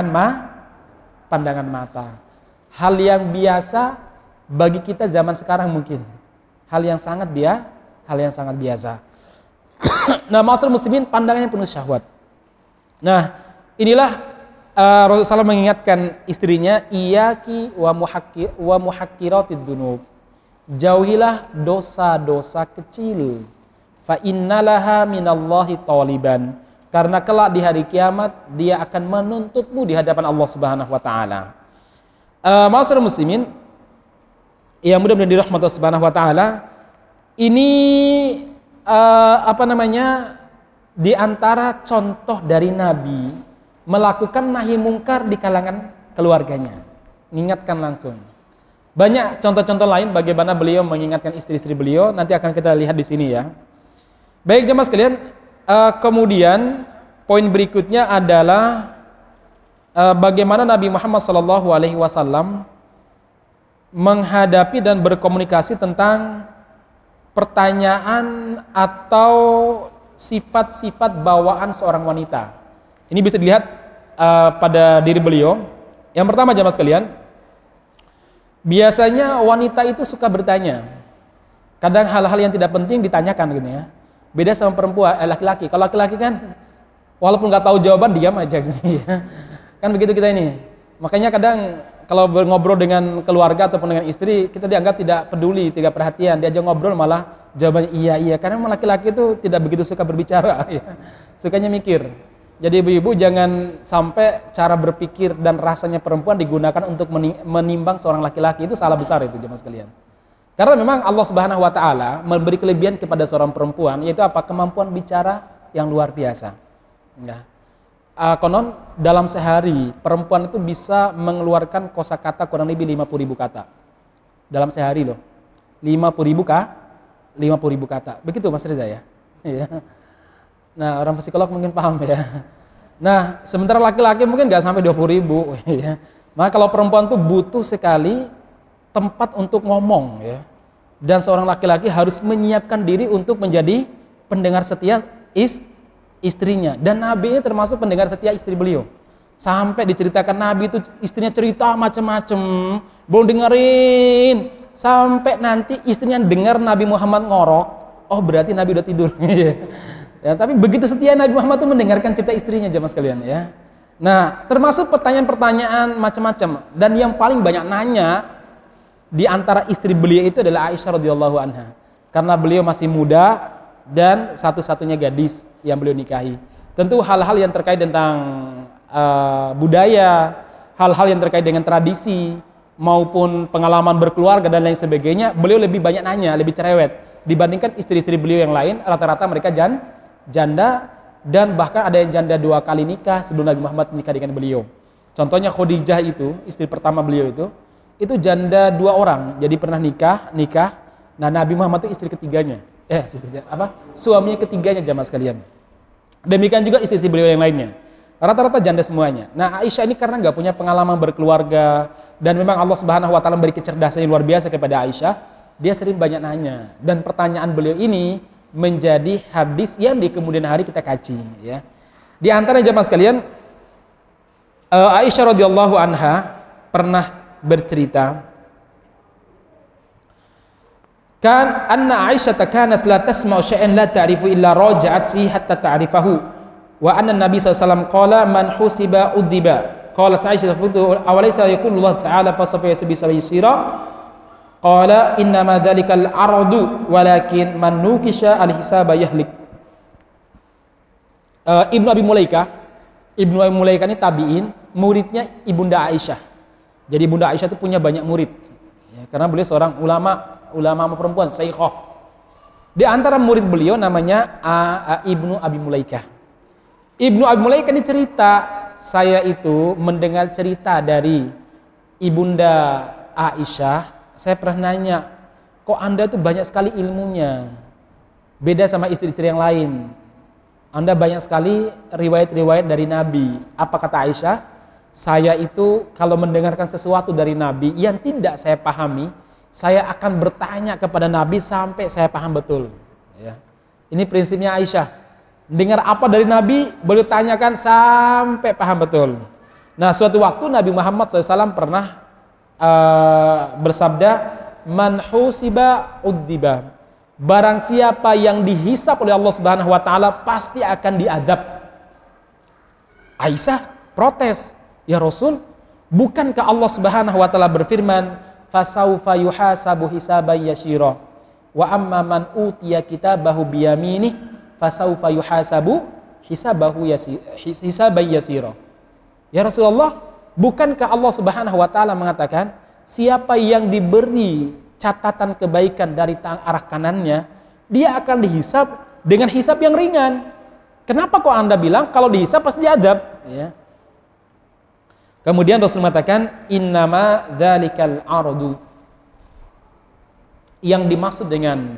mata. Hal yang biasa bagi kita zaman sekarang mungkin. Hal yang sangat biasa. Nah, ma'asyiral muslimin, pandangannya penuh syahwat. Nah, inilah Rasulullah mengingatkan istrinya, iyaki wa muhaqqiratid dzunub. Jauhilah dosa-dosa kecil. Fa innalaha minallahi taliban. Karena kelak di hari kiamat dia akan menuntutmu di hadapan Allah Subhanahu wa taala. Ma'asyiral muslimin yang mudah-mudahan dirahmati Allah Subhanahu wa taala, ini di antara contoh dari Nabi melakukan nahi mungkar di kalangan keluarganya. Mengingatkan langsung. Banyak contoh-contoh lain bagaimana beliau mengingatkan istri-istri beliau, nanti akan kita lihat di sini ya. Baik jemaah sekalian, kemudian poin berikutnya adalah bagaimana Nabi Muhammad SAW menghadapi dan berkomunikasi tentang pertanyaan atau sifat-sifat bawaan seorang wanita. Ini bisa dilihat pada diri beliau. Yang pertama jemaah sekalian, biasanya wanita itu suka bertanya. Kadang hal-hal yang tidak penting ditanyakan gitu ya. Beda sama perempuan, laki-laki. Kalau laki-laki kan walaupun nggak tahu jawaban diam aja gitu ya. Kan begitu kita ini. Makanya kadang kalau ngobrol dengan keluarga ataupun dengan istri, kita dianggap tidak peduli, tidak perhatian. Diajak ngobrol malah jawabannya iya. Karena laki-laki itu tidak begitu suka berbicara ya. Sukanya mikir. Jadi ibu-ibu jangan sampai cara berpikir dan rasanya perempuan digunakan untuk menimbang seorang laki-laki. Itu salah besar itu jemaah sekalian. Karena memang Allah Subhanahu wa taala memberi kelebihan kepada seorang perempuan, yaitu apa? Kemampuan bicara yang luar biasa. Ya. Konon dalam sehari perempuan itu bisa mengeluarkan kosakata kurang lebih 50.000 kata. Dalam sehari loh. 50.000 kata. Begitu Mas Reza ya? Iya. Nah, orang psikolog mungkin paham ya. Nah, sementara laki-laki mungkin nggak sampai 20.000 ya. Maka kalau perempuan tuh butuh sekali tempat untuk ngomong ya. Dan seorang laki-laki harus menyiapkan diri untuk menjadi pendengar setia istrinya. Dan Nabi ini termasuk pendengar setia istri beliau. Sampai diceritakan Nabi itu istrinya cerita macam-macam, belum dengerin. Sampai nanti istrinya dengar Nabi Muhammad ngorok, oh berarti Nabi udah tidur. Ya, tapi begitu setia Nabi Muhammad itu mendengarkan cerita istrinya jemaah sekalian ya. Nah, termasuk pertanyaan-pertanyaan macam-macam, dan yang paling banyak nanya di antara istri beliau itu adalah Aisyah radhiyallahu anha. Karena beliau masih muda dan satu-satunya gadis yang beliau nikahi. Tentu hal-hal yang terkait tentang budaya, hal-hal yang terkait dengan tradisi maupun pengalaman berkeluarga dan lain sebagainya, beliau lebih banyak nanya, lebih cerewet dibandingkan istri-istri beliau yang lain. Rata-rata mereka janda, dan bahkan ada yang janda 2 kali nikah sebelum Nabi Muhammad nikah dengan beliau. Contohnya Khadijah itu, istri pertama beliau itu janda 2 orang, jadi pernah nikah. Nah, Nabi Muhammad itu istri ketiganya. Suaminya ketiganya jamaah sekalian. Demikian juga istri-istri beliau yang lainnya. Rata-rata janda semuanya. Nah, Aisyah ini karena nggak punya pengalaman berkeluarga dan memang Allah Subhanahu wa taala beri kecerdasan yang luar biasa kepada Aisyah, dia sering banyak nanya dan pertanyaan beliau ini menjadi hadis yang di kemudian hari kita kaji, ya. Di antara jemaah sekalian, Aisyah radhiyallahu anha pernah bercerita, kan anna Aisyah kanat la tasma'u syai'an la ta'rifu illa raja'at fihi hatta ta'rifahu wa anna Nabi sallallahu alaihi wasallam qala man husiba udiba. Qalat Aisyah awalaysa yaqulu Allah ta'ala fasafa yasira qala inna ma dhalikal aradu walakin man nukisha al-hisaba yahlik. Ibnu Abi Mulaikah ini tabi'in, muridnya Ibunda Aisyah. Jadi Ibunda Aisyah itu punya banyak murid, ya, karena beliau seorang ulama perempuan, syekhah. Di antara murid beliau namanya Ibnu Abi Mulaikah. Ibnu Abi Mulaikah ini cerita, saya itu mendengar cerita dari Ibunda Aisyah. Saya pernah nanya, kok Anda tuh banyak sekali ilmunya, beda sama istri-istri yang lain. Anda banyak sekali riwayat-riwayat dari Nabi. Apa kata Aisyah? Saya itu kalau mendengarkan sesuatu dari Nabi yang tidak saya pahami, saya akan bertanya kepada Nabi sampai saya paham betul. Ya. Ini prinsipnya Aisyah. Dengar apa dari Nabi, beliau tanyakan sampai paham betul. Nah, suatu waktu Nabi Muhammad SAW pernah bersabda, man husiba uddiba. Barang siapa yang dihisap oleh Allah Subhanahu wa taala pasti akan diadab. Aisyah protes, "Ya Rasul, bukankah Allah Subhanahu wa taala berfirman, fasaufa yuhasabu hisaban yasira wa amma man utiya kitabahu biyaminih fasaufa yuhasabu hisaban yasira." Ya Rasulullah, bukankah Allah Subhanahu wa taala mengatakan, siapa yang diberi catatan kebaikan dari arah kanannya, dia akan dihisab dengan hisab yang ringan. Kenapa kok Anda bilang kalau dihisab pasti diadab? Ya. Kemudian Rasul mengatakan, innama dzalikal ardu. Yang dimaksud dengan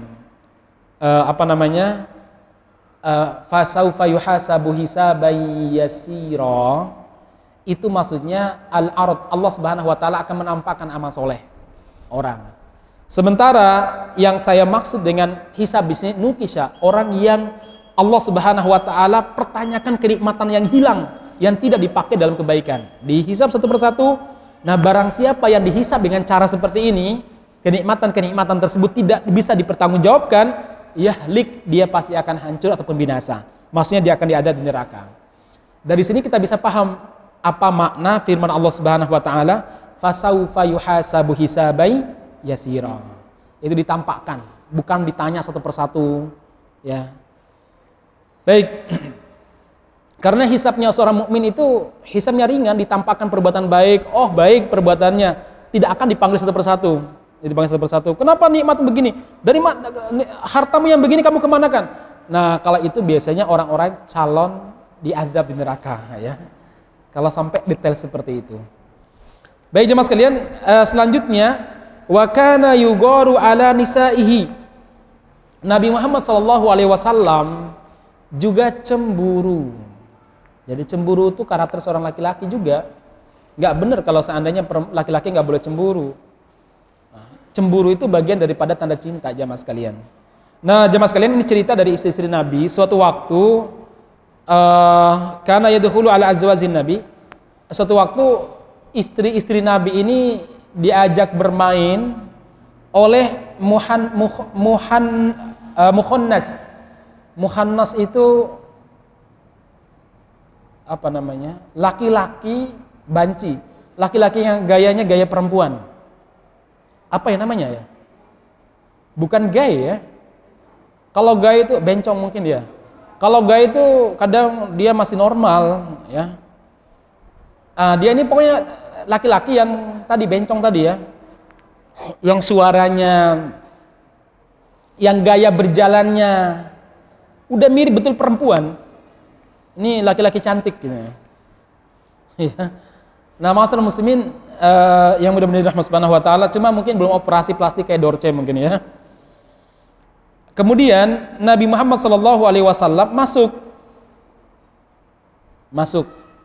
fasaufa yuhasabu hisaban yasira, itu maksudnya al-ard. Allah Subhanahu wa taala akan menampakkan amal soleh orang. Sementara yang saya maksud dengan hisab di sini nukisha, orang yang Allah Subhanahu wa taala pertanyakan kenikmatan yang hilang, yang tidak dipakai dalam kebaikan. Dihisab satu persatu. Nah, barang siapa yang dihisab dengan cara seperti ini, kenikmatan-kenikmatan tersebut tidak bisa dipertanggungjawabkan, yahlik, dia pasti akan hancur ataupun binasa. Maksudnya dia akan diadab di neraka. Dari sini kita bisa paham apa makna firman Allah Subhanahu wa taala, fasaufa yuhasabu hisaban yasira. Itu ditampakkan, bukan ditanya satu persatu, ya. Baik. Karena hisabnya seorang mukmin itu hisabnya ringan, ditampakkan perbuatan baik, oh baik perbuatannya, tidak akan dipanggil satu persatu. Dipanggil satu persatu. Kenapa nikmat begini? Dari hartamu yang begini kamu kemanakan? Nah, kalau itu biasanya orang-orang calon diazab di neraka, ya. Kalau sampai detail seperti itu. Baik jemaah sekalian, selanjutnya wa kana yugaru ala nisaihi. Nabi Muhammad SAW juga cemburu. Jadi cemburu itu karakter seorang laki-laki juga. Nggak benar kalau seandainya laki-laki nggak boleh cemburu. Cemburu itu bagian daripada tanda cinta jamaah sekalian. Nah jamaah sekalian, ini cerita dari istri-istri Nabi. Suatu waktu karena yadkhulu ala azwajin Nabi. Suatu waktu istri-istri Nabi ini diajak bermain oleh Mukhannas. Mukhannas itu apa namanya? Laki-laki banci. Laki-laki yang gayanya gaya perempuan. Apa ya namanya ya? Bukan gay ya. Kalau gay itu bencong mungkin ya. Kalau gay itu kadang dia masih normal ya. Dia ini pokoknya laki-laki yang tadi bencong tadi ya. Yang suaranya, yang gaya berjalannya udah mirip betul perempuan. Ini laki-laki cantik gitu ya. Nah, ma'asyiral muslimin yang mudah-mudahan dirahmati Subhanahu wa taala, cuma mungkin belum operasi plastik kayak Dorce mungkin ya. Kemudian Nabi Muhammad SAW masuk.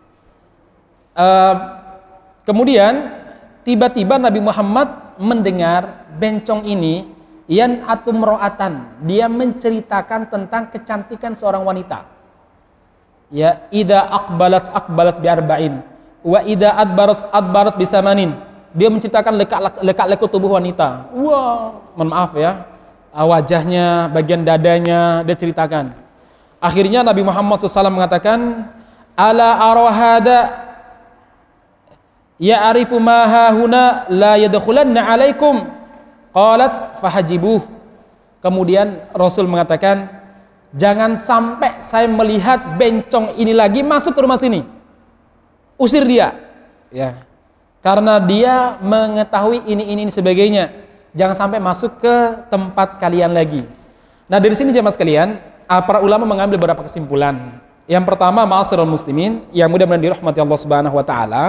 Eh, Kemudian tiba-tiba Nabi Muhammad mendengar bencong ini yan atumroatan, dia menceritakan tentang kecantikan seorang wanita. Ya, ida akbalat biarba'in, wa ida adbarat bisamanin. Dia menceritakan lekak-lekuk tubuh wanita. Wah, mohon maaf ya, wajahnya, bagian dadanya dia ceritakan. Akhirnya Nabi Muhammad SAW mengatakan, ala arahada ya'arifu ma hahuna la yadkhulanna alaikum, qalat fahajibuh. Kemudian Rasul mengatakan, jangan sampai saya melihat bencong ini lagi masuk ke rumah sini, usir dia ya, karena dia mengetahui ini sebagainya, jangan sampai masuk ke tempat kalian lagi. Nah, dari sini jemaah sekalian, para ulama mengambil beberapa kesimpulan. Yang pertama, ma'asyiral muslimin yang mudah-mudahan dirahmati Allah Subhanahu wa taala,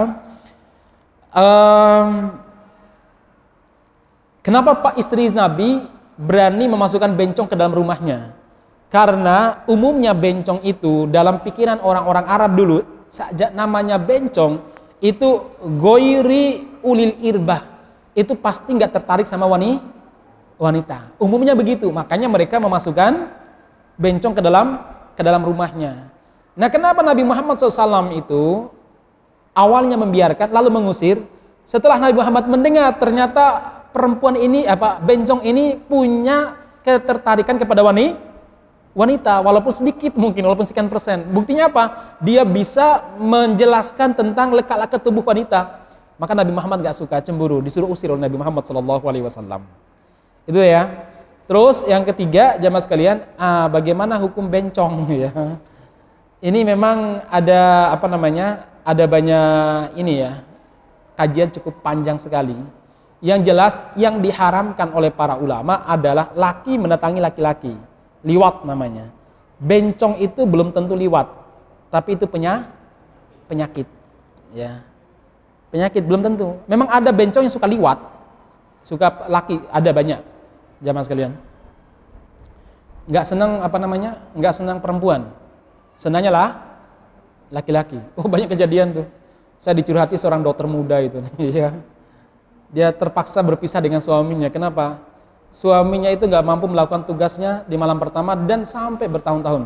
kenapa Pak istri Nabi berani memasukkan bencong ke dalam rumahnya? Karena umumnya bencong itu dalam pikiran orang-orang Arab dulu, sejak namanya bencong itu goiri ulil irbah, itu pasti nggak tertarik sama wanita. Umumnya begitu, makanya mereka memasukkan bencong ke dalam rumahnya. Nah, kenapa Nabi Muhammad SAW itu awalnya membiarkan lalu mengusir? Setelah Nabi Muhammad mendengar ternyata perempuan ini bencong ini punya ketertarikan kepada wanita, walaupun sedikit mungkin, walaupun sekian persen. Buktinya apa? Dia bisa menjelaskan tentang lekak-lekak tubuh wanita. Maka Nabi Muhammad gak suka, cemburu, disuruh usir oleh Nabi Muhammad SAW. Itu ya. Terus yang ketiga, jamaah sekalian, bagaimana hukum bencong ya? Ini memang ada ada banyak ini ya, kajian cukup panjang sekali. Yang jelas yang diharamkan oleh para ulama adalah laki mendatangi laki-laki, liwat namanya. Bencong itu belum tentu liwat, tapi itu penyakit ya. Penyakit belum tentu. Memang ada bencong yang suka liwat, suka laki, ada banyak jamaah sekalian. Nggak senang perempuan, senangnya lah laki-laki. Oh, banyak kejadian tuh. Saya dicurhati seorang dokter muda itu. Ya. Dia terpaksa berpisah dengan suaminya. Kenapa? Suaminya itu nggak mampu melakukan tugasnya di malam pertama dan sampai bertahun-tahun.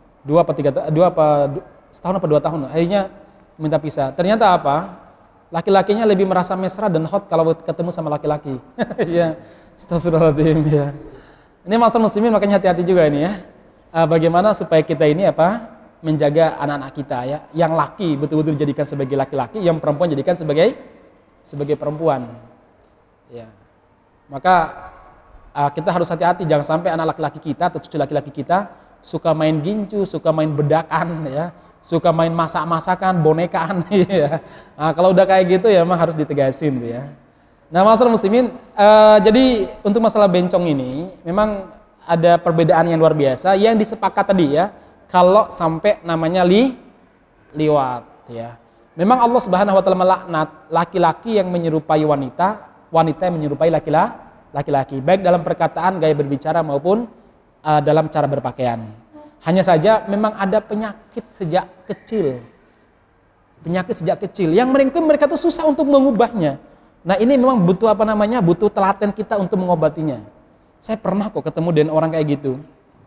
Setahun apa 2 tahun. Akhirnya minta pisah. Ternyata apa? Laki-lakinya lebih merasa mesra dan hot kalau ketemu sama laki-laki. Ya, astagfirullahaladzim ya. Ini master muslimin, makanya hati-hati juga ini ya. Bagaimana supaya kita ini menjaga anak-anak kita ya, yang laki betul-betul dijadikan sebagai laki-laki, yang perempuan jadikan sebagai perempuan. Ya. Maka kita harus hati-hati jangan sampai anak laki-laki kita atau cucu laki-laki kita suka main gincu, suka main bedakan ya, suka main masak-masakan, bonekaan ya. Nah, kalau udah kayak gitu ya memang harus ditegasin tuh ya. Nah, masalah muslimin, jadi untuk masalah bencong ini memang ada perbedaan yang luar biasa yang disepakat tadi ya. Kalau sampai namanya liwat ya. Memang Allah Subhanahu wa taala melaknat laki-laki yang menyerupai wanita, wanita yang menyerupai laki-laki, baik dalam perkataan, gaya berbicara maupun dalam cara berpakaian. Hanya saja memang ada penyakit sejak kecil. Penyakit sejak kecil yang mereka tuh susah untuk mengubahnya. Nah, ini memang butuh butuh telaten kita untuk mengobatinya. Saya pernah kok ketemu dengan orang kayak gitu.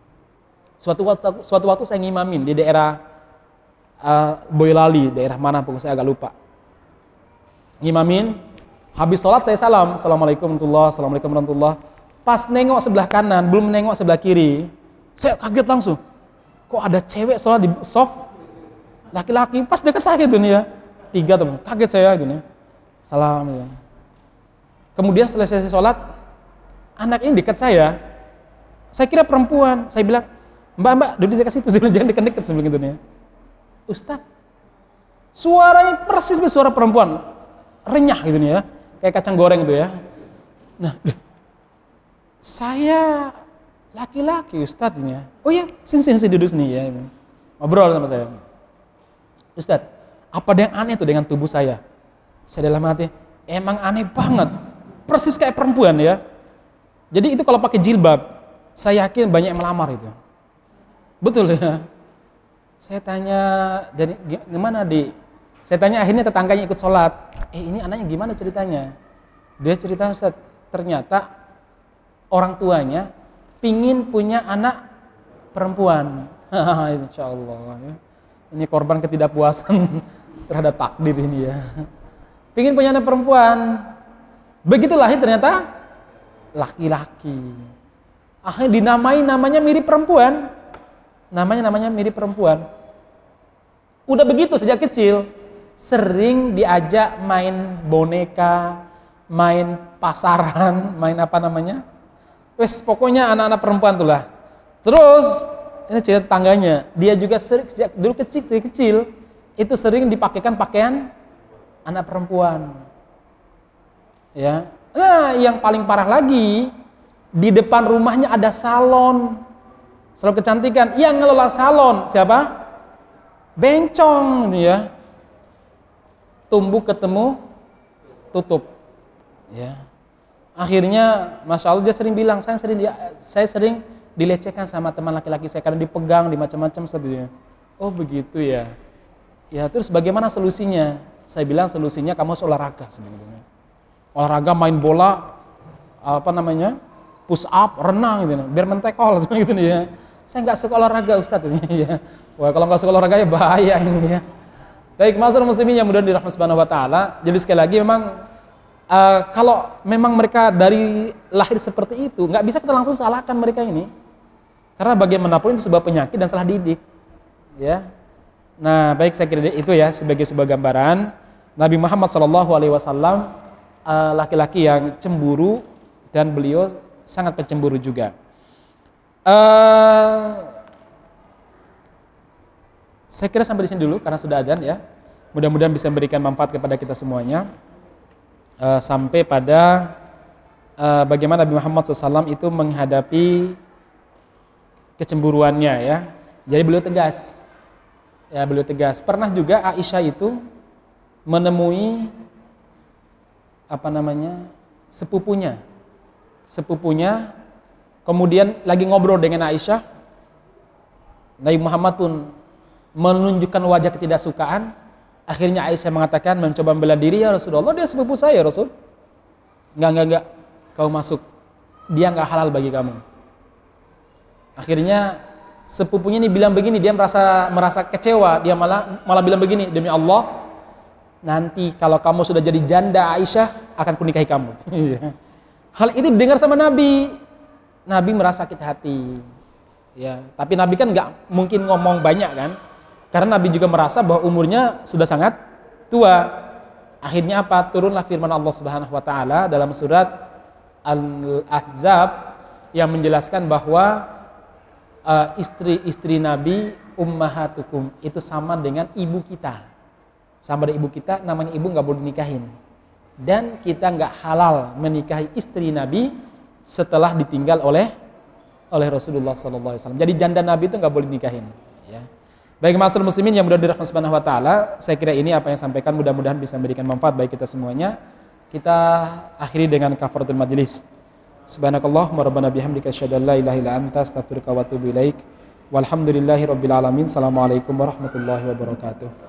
Suatu waktu saya ngimamin di daerah Boyolali, daerah mana pun saya agak lupa. Ngimamin, habis sholat saya salam, assalamualaikum warahmatullah. Pas nengok sebelah kanan, belum nengok sebelah kiri, saya kaget langsung. Kok ada cewek sholat di soft laki-laki pas dekat saya itu nih ya. 3 teman, kaget saya gitu nih. Salam ya. Kemudian setelah selesai sholat, anak ini dekat saya kira perempuan. Saya bilang, Mbak, duduk dekat situ, jangan dekat-dekat sebelum itu nih. Ustaz, suaranya persis seperti suara perempuan, renyah gitu nih ya, kayak kacang goreng itu ya. Nah, saya laki-laki Ustaz ini ya. Oh ya, sini duduk sini ya. Ngobrol sama saya. Ustaz, apa ada yang aneh tuh dengan tubuh saya? Saya dalam hati, emang aneh banget, persis kayak perempuan ya. Jadi itu kalau pakai jilbab, saya yakin banyak yang melamar itu. Betul ya. Saya tanya, dari gimana di? Saya tanya, akhirnya tetangganya ikut sholat. Ini anaknya gimana ceritanya? Dia cerita, Ustaz, ternyata orang tuanya pingin punya anak perempuan. Insya Allah ya. Ini korban ketidakpuasan terhadap takdir ini ya. Pingin punya anak perempuan. Begitu lahir ternyata laki-laki. Akhirnya dinamai namanya mirip perempuan. Namanya mirip perempuan. Udah begitu sejak kecil. Sering diajak main boneka, main pasaran, main apa namanya? Wes pokoknya anak-anak perempuan tuh lah. Terus ini cerita tangganya, dia juga sering sejak dulu kecil itu sering dipakaikan pakaian anak perempuan. Ya. Nah, yang paling parah lagi, di depan rumahnya ada salon kecantikan. Yang ngelola salon siapa? Bencong ya. Tumbuh ketemu tutup ya. Akhirnya Masya Allah dia sering bilang, saya sering dilecehkan sama teman laki-laki saya karena dipegang, di macam-macam seperti. Oh begitu ya. Ya terus bagaimana solusinya? Saya bilang solusinya kamu harus olahraga sebenarnya. Olahraga, main bola, apa namanya, push up, renang gitu, biar mentekol gitu nih ya. Saya nggak suka olahraga Ustadz ini ya. Wah kalau nggak suka olahraga ya bahaya ini ya. Baik, masyarakat muslimin yang mudah dirahmati Subhanahu wa taala. Jadi sekali lagi memang kalau memang mereka dari lahir seperti itu, nggak bisa kita langsung salahkan mereka ini. Karena bagaimanapun itu sebuah penyakit dan salah didik. Ya. Nah, baik saya kira itu ya sebagai sebuah gambaran Nabi Muhammad SAW laki-laki yang cemburu dan beliau sangat pencemburu juga. Saya kira sampai di sini dulu karena sudah adzan ya. Mudah-mudahan bisa memberikan manfaat kepada kita semuanya. Sampai pada bagaimana Nabi Muhammad SAW itu menghadapi kecemburuannya ya. Jadi beliau tegas. Ya, beliau tegas. Pernah juga Aisyah itu menemui apa namanya? sepupunya. Kemudian lagi ngobrol dengan Aisyah. Nabi Muhammad pun menunjukkan wajah ketidaksukaan. Akhirnya Aisyah mengatakan, mencoba membela diri, ya Rasulullah, dia sepupu saya Rasul. Enggak, kau masuk. Dia enggak halal bagi kamu. Akhirnya sepupunya ini bilang begini, dia merasa kecewa, dia malah bilang begini, demi Allah, nanti kalau kamu sudah jadi janda Aisyah, akan kunikahi kamu. Hal itu didengar sama Nabi. Nabi merasa sakit hati. Ya, tapi Nabi kan enggak mungkin ngomong banyak kan? Karena Nabi juga merasa bahwa umurnya sudah sangat tua. Akhirnya apa? Turunlah firman Allah Subhanahu wa taala dalam surat Al-Ahzab yang menjelaskan bahwa istri-istri Nabi ummahatukum itu sama dengan ibu kita. Sama dengan ibu kita, namanya ibu enggak boleh dinikahin. Dan kita enggak halal menikahi istri Nabi setelah ditinggal oleh Rasulullah SAW. Jadi janda Nabi itu enggak boleh dinikahin. Ya. Baik masyarakat muslimin yang mudah dirahmati Subhanahu wa taala, saya kira ini apa yang sampaikan mudah-mudahan bisa memberikan manfaat bagi kita semuanya. Kita akhiri dengan kafaratul majlis. Subhanakallahumma rabbana bihamdika asyhadu an la ilaha illa anta astaghfiruka wa atubu ilaik. Walhamdulillahirabbil alamin. Assalamualaikum warahmatullahi wabarakatuh.